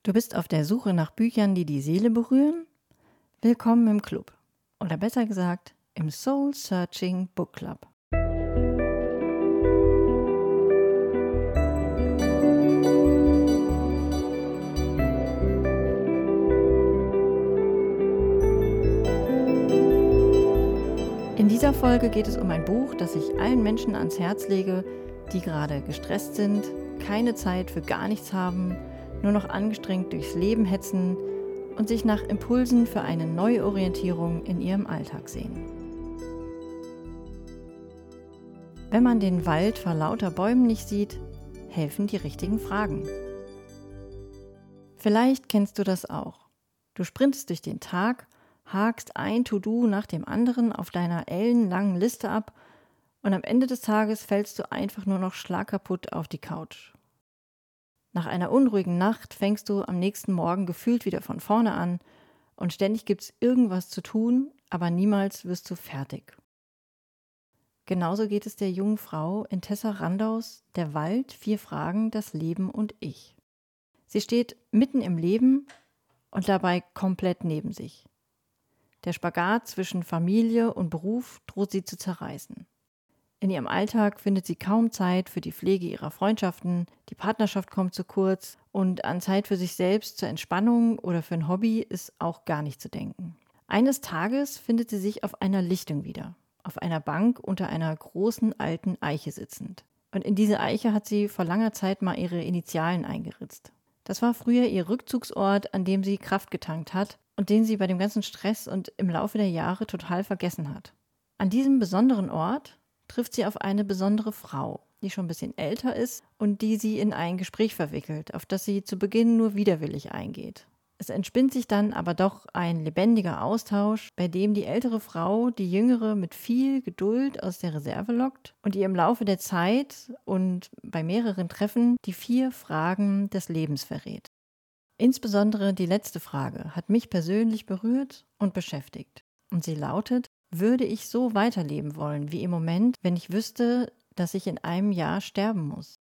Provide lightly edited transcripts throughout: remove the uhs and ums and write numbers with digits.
Du bist auf der Suche nach Büchern, die die Seele berühren? Willkommen im Club. Oder besser gesagt, im Soul Searching Book Club. In dieser Folge geht es um ein Buch, das ich allen Menschen ans Herz lege, die gerade gestresst sind, keine Zeit für gar nichts haben, nur noch angestrengt durchs Leben hetzen und sich nach Impulsen für eine Neuorientierung in ihrem Alltag sehen. Wenn man den Wald vor lauter Bäumen nicht sieht, helfen die richtigen Fragen. Vielleicht kennst du das auch. Du sprintest durch den Tag, hakst ein To-Do nach dem anderen auf deiner ellenlangen Liste ab und am Ende des Tages fällst du einfach nur noch schlagkaputt auf die Couch. Nach einer unruhigen Nacht fängst du am nächsten Morgen gefühlt wieder von vorne an und ständig gibt's irgendwas zu tun, aber niemals wirst du fertig. Genauso geht es der jungen Frau in Tessa Randaus Der Wald, 4 Fragen, das Leben und ich. Sie steht mitten im Leben und dabei komplett neben sich. Der Spagat zwischen Familie und Beruf droht sie zu zerreißen. In ihrem Alltag findet sie kaum Zeit für die Pflege ihrer Freundschaften, die Partnerschaft kommt zu kurz und an Zeit für sich selbst zur Entspannung oder für ein Hobby ist auch gar nicht zu denken. Eines Tages findet sie sich auf einer Lichtung wieder, auf einer Bank unter einer großen alten Eiche sitzend. Und in diese Eiche hat sie vor langer Zeit mal ihre Initialen eingeritzt. Das war früher ihr Rückzugsort, an dem sie Kraft getankt hat und den sie bei dem ganzen Stress und im Laufe der Jahre total vergessen hat. An diesem besonderen Ort trifft sie auf eine besondere Frau, die schon ein bisschen älter ist und die sie in ein Gespräch verwickelt, auf das sie zu Beginn nur widerwillig eingeht. Es entspinnt sich dann aber doch ein lebendiger Austausch, bei dem die ältere Frau die jüngere mit viel Geduld aus der Reserve lockt und ihr im Laufe der Zeit und bei mehreren Treffen die 4 Fragen des Lebens verrät. Insbesondere die letzte Frage hat mich persönlich berührt und beschäftigt. Und sie lautet: Würde ich so weiterleben wollen wie im Moment, wenn ich wüsste, dass ich in einem Jahr sterben muss?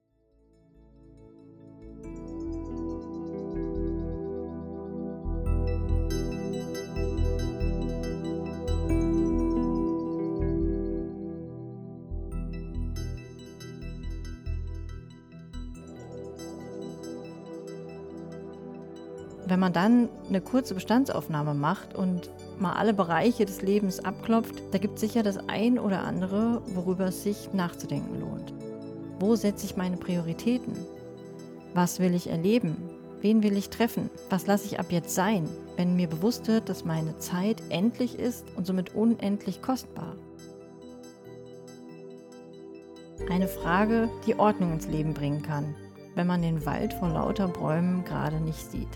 Wenn man dann eine kurze Bestandsaufnahme macht und mal alle Bereiche des Lebens abklopft, da gibt es sicher das ein oder andere, worüber es sich nachzudenken lohnt. Wo setze ich meine Prioritäten? Was will ich erleben? Wen will ich treffen? Was lasse ich ab jetzt sein, wenn mir bewusst wird, dass meine Zeit endlich ist und somit unendlich kostbar? Eine Frage, die Ordnung ins Leben bringen kann, wenn man den Wald vor lauter Bäumen gerade nicht sieht.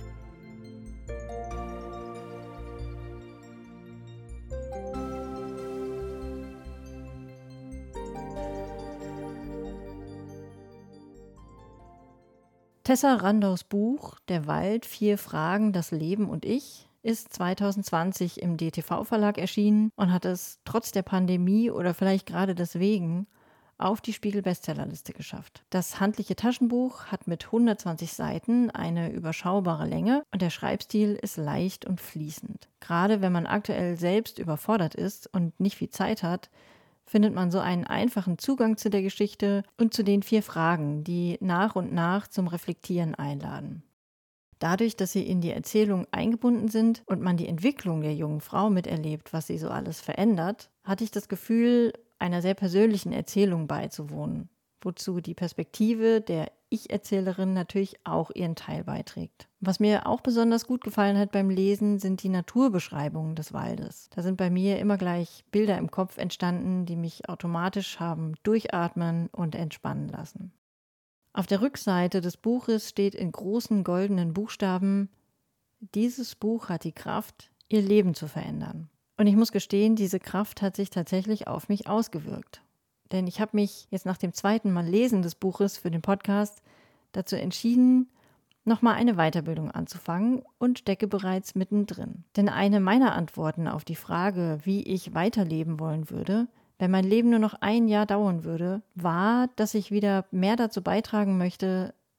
Tessa Randaus Buch Der Wald, 4 Fragen, das Leben und ich ist 2020 im DTV-Verlag erschienen und hat es trotz der Pandemie oder vielleicht gerade deswegen auf die Spiegel-Bestsellerliste geschafft. Das handliche Taschenbuch hat mit 120 Seiten eine überschaubare Länge und der Schreibstil ist leicht und fließend. Gerade wenn man aktuell selbst überfordert ist und nicht viel Zeit hat, findet man so einen einfachen Zugang zu der Geschichte und zu den 4 Fragen, die nach und nach zum Reflektieren einladen. Dadurch, dass sie in die Erzählung eingebunden sind und man die Entwicklung der jungen Frau miterlebt, was sie so alles verändert, hatte ich das Gefühl, einer sehr persönlichen Erzählung beizuwohnen, wozu die Perspektive der Ich-Erzählerin natürlich auch ihren Teil beiträgt. Was mir auch besonders gut gefallen hat beim Lesen, sind die Naturbeschreibungen des Waldes. Da sind bei mir immer gleich Bilder im Kopf entstanden, die mich automatisch haben durchatmen und entspannen lassen. Auf der Rückseite des Buches steht in großen goldenen Buchstaben: Dieses Buch hat die Kraft, ihr Leben zu verändern. Und ich muss gestehen, diese Kraft hat sich tatsächlich auf mich ausgewirkt. Denn ich habe mich jetzt nach dem 2. Mal Lesen des Buches für den Podcast dazu entschieden, nochmal eine Weiterbildung anzufangen und stecke bereits mittendrin. Denn eine meiner Antworten auf die Frage, wie ich weiterleben wollen würde, wenn mein Leben nur noch ein Jahr dauern würde, war, dass ich wieder mehr dazu beitragen möchte,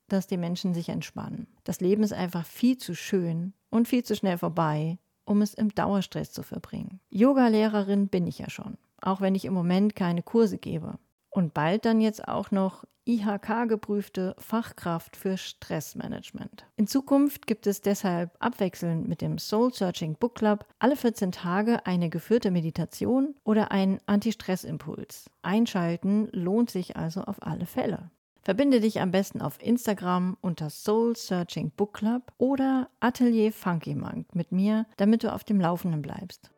dass die Menschen sich entspannen. Das Leben ist einfach viel zu schön und viel zu schnell vorbei, um es im Dauerstress zu verbringen. Yoga-Lehrerin bin ich ja schon, auch wenn ich im Moment keine Kurse gebe. Und bald dann jetzt auch noch IHK-geprüfte Fachkraft für Stressmanagement. In Zukunft gibt es deshalb abwechselnd mit dem Soul Searching Book Club alle 14 Tage eine geführte Meditation oder einen Anti-Stress-Impuls. Einschalten lohnt sich also auf alle Fälle. Verbinde dich am besten auf Instagram unter Soul Searching Book Club oder Atelier Funky Monk mit mir, damit du auf dem Laufenden bleibst.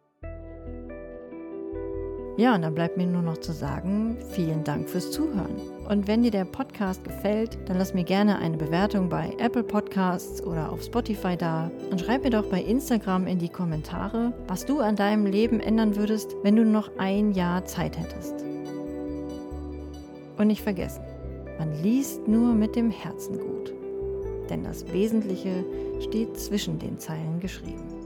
Ja, und dann bleibt mir nur noch zu sagen, vielen Dank fürs Zuhören. Und wenn dir der Podcast gefällt, dann lass mir gerne eine Bewertung bei Apple Podcasts oder auf Spotify da und schreib mir doch bei Instagram in die Kommentare, was du an deinem Leben ändern würdest, wenn du noch ein Jahr Zeit hättest. Und nicht vergessen, man liest nur mit dem Herzen gut, denn das Wesentliche steht zwischen den Zeilen geschrieben.